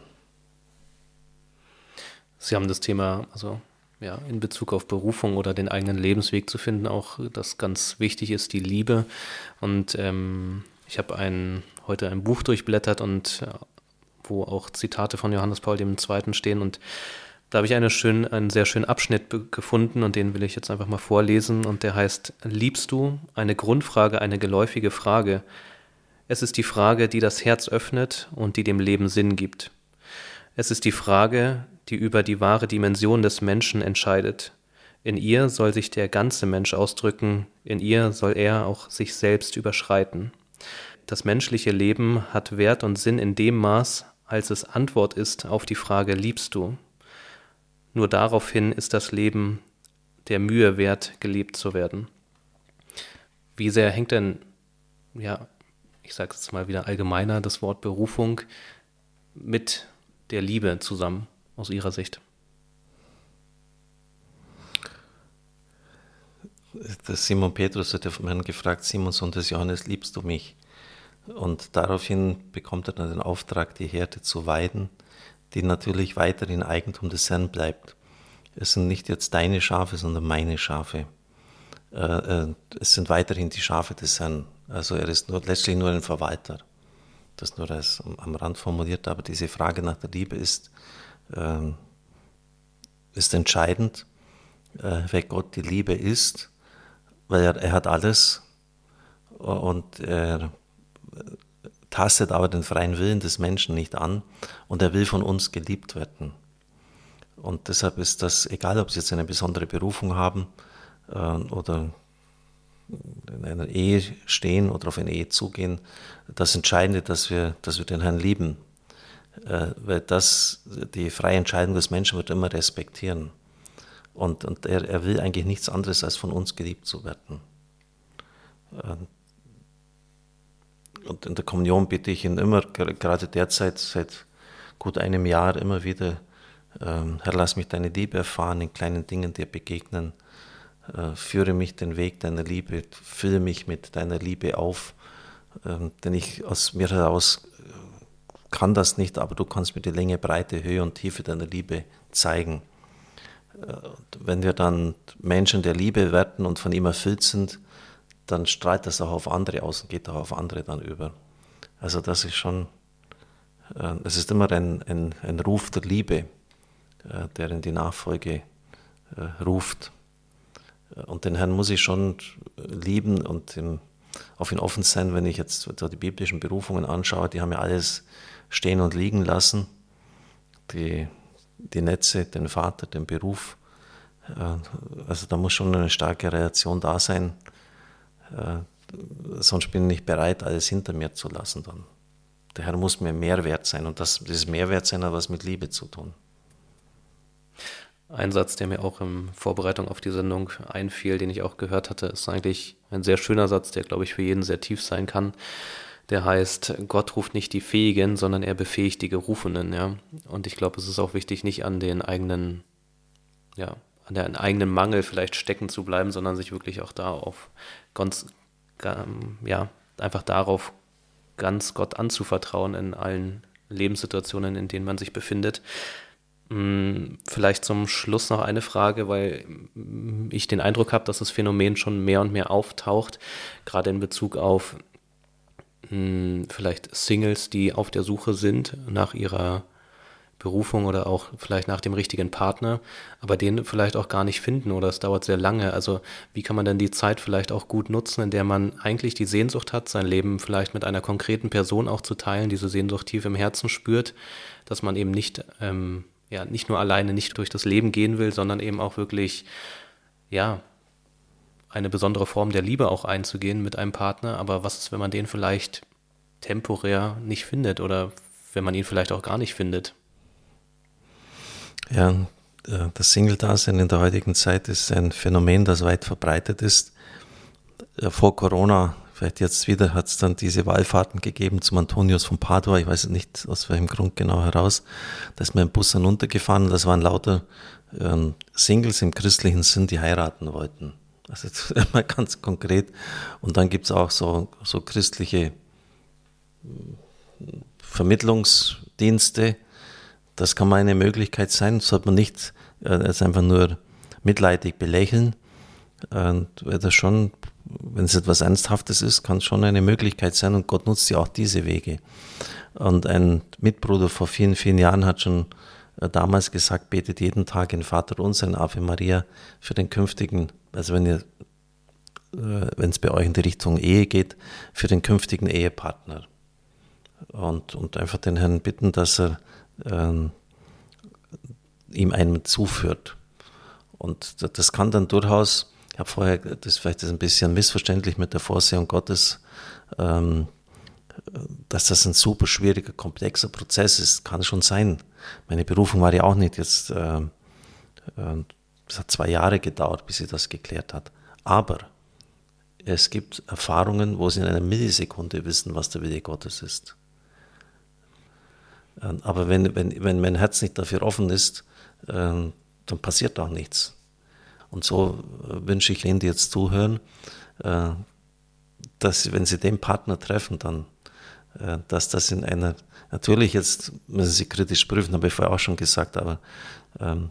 Sie haben das Thema, also ja, in Bezug auf Berufung oder den eigenen Lebensweg zu finden, auch das ganz wichtig ist, die Liebe. Und ähm, ich habe ein, heute ein Buch durchblättert und äh, wo auch Zitate von Johannes Paul der Zweite stehen und da habe ich eine schön, einen sehr schönen Abschnitt be- gefunden und den will ich jetzt einfach mal vorlesen und der heißt: Liebst du? Eine Grundfrage, eine geläufige Frage. Es ist die Frage, die das Herz öffnet und die dem Leben Sinn gibt. Es ist die Frage, die über die wahre Dimension des Menschen entscheidet. In ihr soll sich der ganze Mensch ausdrücken, in ihr soll er auch sich selbst überschreiten. Das menschliche Leben hat Wert und Sinn in dem Maß, als es Antwort ist auf die Frage, liebst du? Nur daraufhin ist das Leben der Mühe wert, gelebt zu werden. Wie sehr hängt denn, ja, ich sage es mal wieder allgemeiner, das Wort Berufung mit der Liebe zusammen, aus Ihrer Sicht? Der Simon Petrus hat ja vom Herrn gefragt, Simon, Sohn des Johannes, liebst du mich? Und daraufhin bekommt er dann den Auftrag, die Herde zu weiden, die natürlich weiterhin Eigentum des Herrn bleibt. Es sind nicht jetzt deine Schafe, sondern meine Schafe. Es sind weiterhin die Schafe des Herrn. Also er ist nur, letztlich nur ein Verwalter. Das nur als am Rand formuliert, aber diese Frage nach der Liebe ist, äh, ist entscheidend, äh, weil Gott die Liebe ist, weil er, er hat alles und er tastet aber den freien Willen des Menschen nicht an und er will von uns geliebt werden. Und deshalb ist das, egal ob Sie jetzt eine besondere Berufung haben äh, oder in einer Ehe stehen oder auf eine Ehe zugehen, das Entscheidende, dass wir, dass wir den Herrn lieben, äh, weil das, die freie Entscheidung des Menschen wird immer respektieren. Und, und er, er will eigentlich nichts anderes, als von uns geliebt zu werden. Und in der Kommunion bitte ich ihn immer, gerade derzeit, seit gut einem Jahr, immer wieder, ähm, Herr, lass mich deine Liebe erfahren, in kleinen Dingen dir begegnen, äh, führe mich den Weg deiner Liebe, fülle mich mit deiner Liebe auf, ähm, denn ich aus mir heraus kann das nicht, aber du kannst mir die Länge, Breite, Höhe und Tiefe deiner Liebe zeigen. Äh, wenn wir dann Menschen der Liebe werden und von ihm erfüllt sind, dann strahlt das auch auf andere aus und geht auch auf andere dann über. Also das ist schon, äh, es ist immer ein, ein, ein Ruf der Liebe, äh, der in die Nachfolge äh, ruft. Und den Herrn muss ich schon lieben und im, auf ihn offen sein, wenn ich jetzt so die biblischen Berufungen anschaue, die haben ja alles stehen und liegen lassen, die, die Netze, den Vater, den Beruf. Äh, also da muss schon eine starke Reaktion da sein, Äh, sonst bin ich nicht bereit, alles hinter mir zu lassen dann. Der Herr muss mir Mehrwert sein und das, dieses Mehrwertsein hat was mit Liebe zu tun. Ein Satz, der mir auch in Vorbereitung auf die Sendung einfiel, den ich auch gehört hatte, ist eigentlich ein sehr schöner Satz, der, glaube ich, für jeden sehr tief sein kann. Der heißt, Gott ruft nicht die Fähigen, sondern er befähigt die Gerufenen. Ja? Und ich glaube, es ist auch wichtig, nicht an den eigenen, ja, an den eigenen Mangel vielleicht stecken zu bleiben, sondern sich wirklich auch da auf ganz, ja, einfach darauf ganz Gott anzuvertrauen in allen Lebenssituationen, in denen man sich befindet. Vielleicht zum Schluss noch eine Frage, weil ich den Eindruck habe, dass das Phänomen schon mehr und mehr auftaucht, gerade in Bezug auf mh, vielleicht Singles, die auf der Suche sind nach ihrer Berufung oder auch vielleicht nach dem richtigen Partner, aber den vielleicht auch gar nicht finden oder es dauert sehr lange. Also wie kann man denn die Zeit vielleicht auch gut nutzen, in der man eigentlich die Sehnsucht hat, sein Leben vielleicht mit einer konkreten Person auch zu teilen, diese Sehnsucht tief im Herzen spürt, dass man eben nicht ähm, ja, nicht nur alleine nicht durch das Leben gehen will, sondern eben auch wirklich, ja, eine besondere Form der Liebe auch einzugehen mit einem Partner. Aber was ist, wenn man den vielleicht temporär nicht findet oder wenn man ihn vielleicht auch gar nicht findet? Ja, das Single-Dasein in der heutigen Zeit ist ein Phänomen, das weit verbreitet ist. Vor Corona, vielleicht jetzt wieder, hat es dann diese Wallfahrten gegeben zum Antonius von Padua, ich weiß nicht aus welchem Grund genau heraus, da ist mir ein Bus hinuntergefahren und das waren lauter äh, Singles im christlichen Sinn, die heiraten wollten. Also mal ganz konkret. Und dann gibt es auch so, so christliche Vermittlungsdienste. Das kann mal eine Möglichkeit sein, das sollte man nicht äh, als einfach nur mitleidig belächeln. Und weil das schon, wenn es etwas Ernsthaftes ist, kann es schon eine Möglichkeit sein und Gott nutzt ja auch diese Wege. Und ein Mitbruder vor vielen, vielen Jahren hat schon äh, damals gesagt, betet jeden Tag in Vater unser, in Ave Maria für den künftigen, also wenn ihr, äh, wenn es bei euch in die Richtung Ehe geht, für den künftigen Ehepartner. Und, und einfach den Herrn bitten, dass er äh, ihm einen zuführt. Und das kann dann durchaus, ich habe vorher, das vielleicht ist ein bisschen missverständlich mit der Vorsehung Gottes, ähm, dass das ein super schwieriger, komplexer Prozess ist, kann schon sein. Meine Berufung war ja auch nicht jetzt, äh, äh, es hat zwei Jahre gedauert, bis sie das geklärt hat. Aber es gibt Erfahrungen, wo sie in einer Millisekunde wissen, was der Wille Gottes ist. Äh, aber wenn, wenn, wenn mein Herz nicht dafür offen ist, äh, dann passiert auch nichts. Und so wünsche ich Ihnen, die jetzt zuhören, dass wenn Sie den Partner treffen, dann, dass das in einer, natürlich jetzt müssen Sie kritisch prüfen, habe ich vorher auch schon gesagt, aber ähm,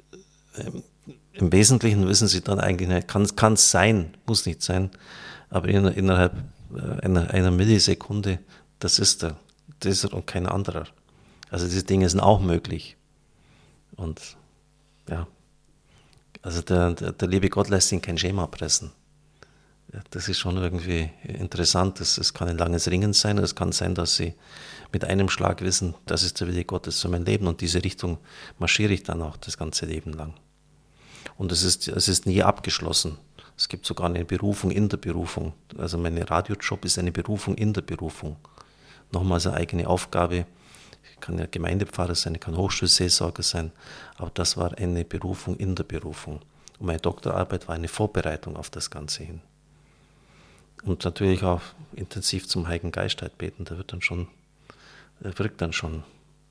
im Wesentlichen wissen Sie dann eigentlich nicht, kann es sein, muss nicht sein, aber innerhalb einer, einer Millisekunde, das ist er, das ist er und kein anderer. Also diese Dinge sind auch möglich. Und ja, also der, der, der liebe Gott lässt ihn kein Schema pressen. Das ist schon irgendwie interessant. Es, es kann ein langes Ringen sein. Es kann sein, dass sie mit einem Schlag wissen, das ist der Wille Gottes für mein Leben und diese Richtung marschiere ich dann auch das ganze Leben lang. Und es ist, es ist nie abgeschlossen. Es gibt sogar eine Berufung in der Berufung. Also mein Radiojob ist eine Berufung in der Berufung. Nochmals eine eigene Aufgabe. Ich kann ja Gemeindepfarrer sein, ich kann Hochschulseelsorger sein, aber das war eine Berufung in der Berufung. Und meine Doktorarbeit war eine Vorbereitung auf das Ganze hin. Und natürlich auch intensiv zum Heiligen Geist halt beten, der wird dann schon, der wirkt dann schon.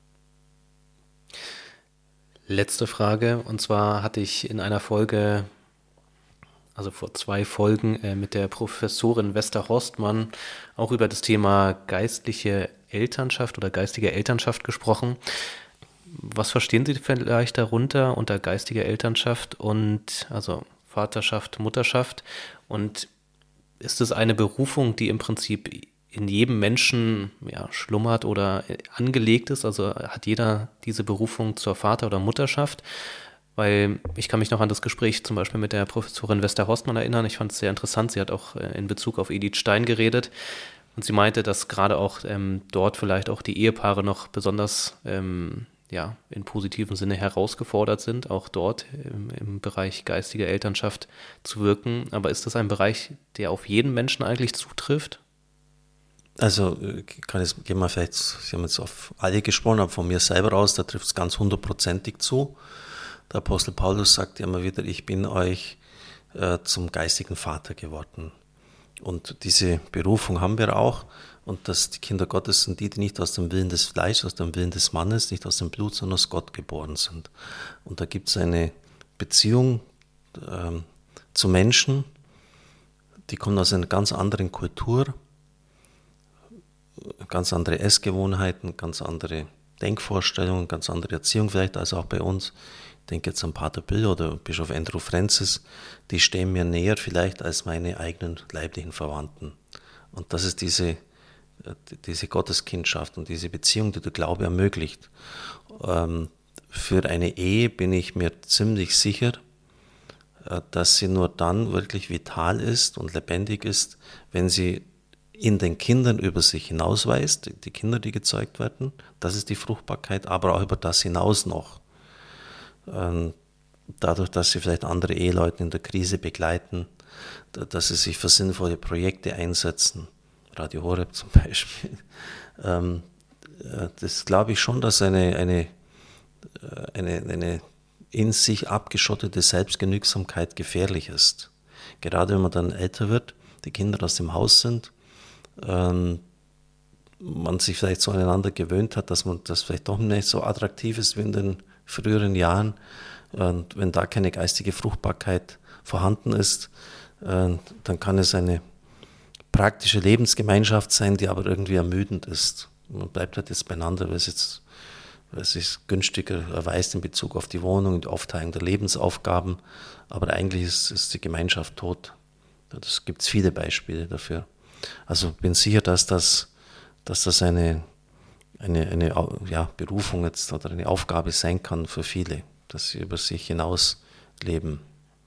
Letzte Frage, und zwar hatte ich in einer Folge, also vor zwei Folgen, äh, mit der Professorin Vesta Horstmann auch über das Thema geistliche Elternschaft oder geistige Elternschaft gesprochen. Was verstehen Sie vielleicht darunter unter geistiger Elternschaft und also Vaterschaft, Mutterschaft? Und ist es eine Berufung, die im Prinzip in jedem Menschen ja, schlummert oder angelegt ist? Also hat jeder diese Berufung zur Vater- oder Mutterschaft? Weil ich kann mich noch an das Gespräch zum Beispiel mit der Professorin Vesta Horstmann erinnern. Ich fand es sehr interessant. Sie hat auch in Bezug auf Edith Stein geredet. Und sie meinte, dass gerade auch ähm, dort vielleicht auch die Ehepaare noch besonders ähm, ja, in positivem Sinne herausgefordert sind, auch dort im, im Bereich geistiger Elternschaft zu wirken. Aber ist das ein Bereich, der auf jeden Menschen eigentlich zutrifft? Also kann ich, gehen wir vielleicht, Sie haben jetzt auf alle gesprochen, aber von mir selber aus, da trifft es ganz hundertprozentig zu. Der Apostel Paulus sagt ja immer wieder, ich bin euch äh, zum geistigen Vater geworden. Und diese Berufung haben wir auch. Und dass die Kinder Gottes sind die, die nicht aus dem Willen des Fleisches, aus dem Willen des Mannes, nicht aus dem Blut, sondern aus Gott geboren sind. Und da gibt es eine Beziehung ähm, zu Menschen, die kommen aus einer ganz anderen Kultur, ganz andere Essgewohnheiten, ganz andere Denkvorstellungen, ganz andere Erziehung vielleicht als auch bei uns. Ich denke jetzt an Pater Bill oder Bischof Andrew Francis, die stehen mir näher vielleicht als meine eigenen leiblichen Verwandten. Und das ist diese, diese Gotteskindschaft und diese Beziehung, die der Glaube ermöglicht. Ähm, für eine Ehe bin ich mir ziemlich sicher, dass sie nur dann wirklich vital ist und lebendig ist, wenn sie in den Kindern über sich hinausweist, die Kinder, die gezeugt werden, das ist die Fruchtbarkeit, aber auch über das hinaus noch. Dadurch, dass sie vielleicht andere Eheleute in der Krise begleiten, dass sie sich für sinnvolle Projekte einsetzen, Radio Horeb zum Beispiel. Das glaube ich schon, dass eine, eine, eine, eine in sich abgeschottete Selbstgenügsamkeit gefährlich ist. Gerade wenn man dann älter wird, die Kinder aus dem Haus sind, ähm, man sich vielleicht so aneinander gewöhnt hat, dass man das vielleicht doch nicht so attraktiv ist wie in den früheren Jahren. Und wenn da keine geistige Fruchtbarkeit vorhanden ist, äh, dann kann es eine praktische Lebensgemeinschaft sein, die aber irgendwie ermüdend ist. Man bleibt halt jetzt beieinander, weil es jetzt weil es sich günstiger erweist in Bezug auf die Wohnung, die Aufteilung der Lebensaufgaben. Aber eigentlich ist, ist die Gemeinschaft tot. Das gibt es viele Beispiele dafür. Also bin sicher, dass das, dass das eine, eine, eine ja, Berufung jetzt oder eine Aufgabe sein kann für viele, dass sie über sich hinaus leben.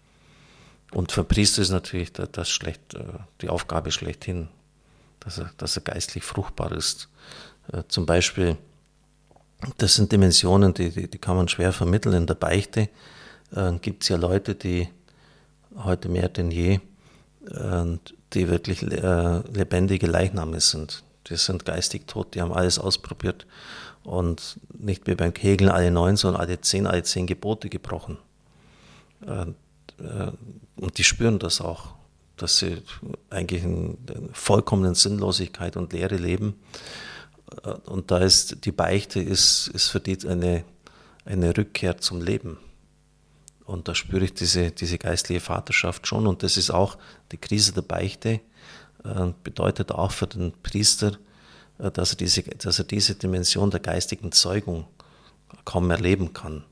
Und für Priester ist natürlich das schlecht, die Aufgabe schlechthin, dass er, dass er geistlich fruchtbar ist. Zum Beispiel, das sind Dimensionen, die, die, die kann man schwer vermitteln. In der Beichte äh, gibt es ja Leute, die heute mehr denn je, äh, die wirklich äh, lebendige Leichname sind. Die sind geistig tot, die haben alles ausprobiert und nicht wie beim Kegeln alle neun, sondern alle zehn, alle zehn Gebote gebrochen. Äh, äh, und die spüren das auch, dass sie eigentlich in, in vollkommenen Sinnlosigkeit und Leere leben. Und da ist die Beichte ist, ist für die eine, eine Rückkehr zum Leben. Und da spüre ich diese, diese geistliche Vaterschaft schon. Und das ist auch die Krise der Beichte, äh, bedeutet auch für den Priester, äh, dass, er diese, dass er diese Dimension der geistigen Zeugung kaum mehr leben kann.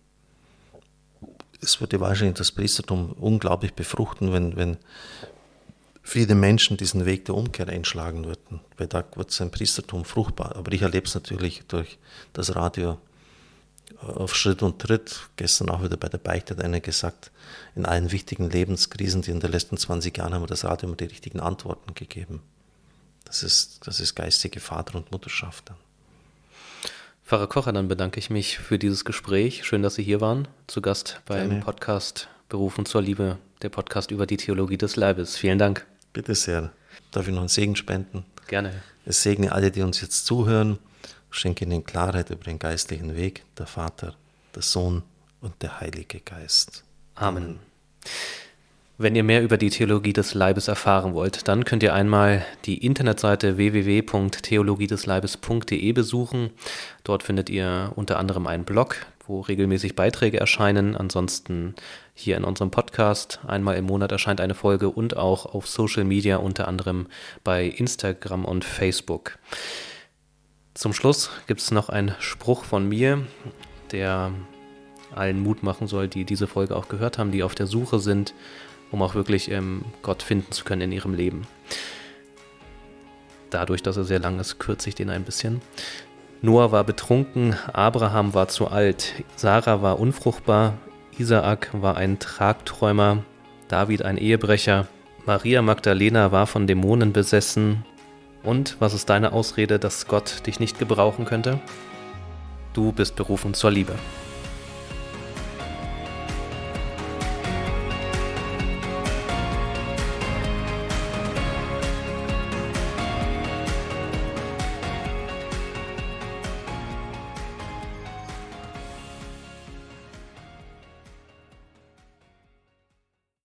Es würde wahrscheinlich das Priestertum unglaublich befruchten, wenn, wenn viele Menschen diesen Weg der Umkehr einschlagen würden, weil da wird sein Priestertum fruchtbar. Aber ich erlebe es natürlich durch das Radio auf Schritt und Tritt. Gestern auch wieder bei der Beichte hat einer gesagt, in allen wichtigen Lebenskrisen, die in den letzten zwanzig Jahren haben wir das Radio immer die richtigen Antworten gegeben. Das ist, das ist geistige Vater- und Mutterschaft dann. Pfarrer Kocher, dann bedanke ich mich für dieses Gespräch. Schön, dass Sie hier waren, zu Gast beim Gerne. Podcast Berufen zur Liebe, der Podcast über die Theologie des Leibes. Vielen Dank. Bitte sehr. Darf ich noch einen Segen spenden? Gerne. Es segne alle, die uns jetzt zuhören, schenke ihnen Klarheit über den geistlichen Weg, der Vater, der Sohn und der Heilige Geist. Amen. Wenn ihr mehr über die Theologie des Leibes erfahren wollt, dann könnt ihr einmal die Internetseite w w w punkt theologie des leibes punkt d e besuchen. Dort findet ihr unter anderem einen Blog, wo regelmäßig Beiträge erscheinen. Ansonsten hier in unserem Podcast einmal im Monat erscheint eine Folge und auch auf Social Media, unter anderem bei Instagram und Facebook. Zum Schluss gibt es noch einen Spruch von mir, der allen Mut machen soll, die diese Folge auch gehört haben, die auf der Suche sind, um auch wirklich ähm, Gott finden zu können in ihrem Leben. Dadurch, dass er sehr lang ist, kürze ich den ein bisschen. Noah war betrunken, Abraham war zu alt, Sarah war unfruchtbar, Isaak war ein Tragträumer, David ein Ehebrecher, Maria Magdalena war von Dämonen besessen. Und was ist deine Ausrede, dass Gott dich nicht gebrauchen könnte? Du bist berufen zur Liebe.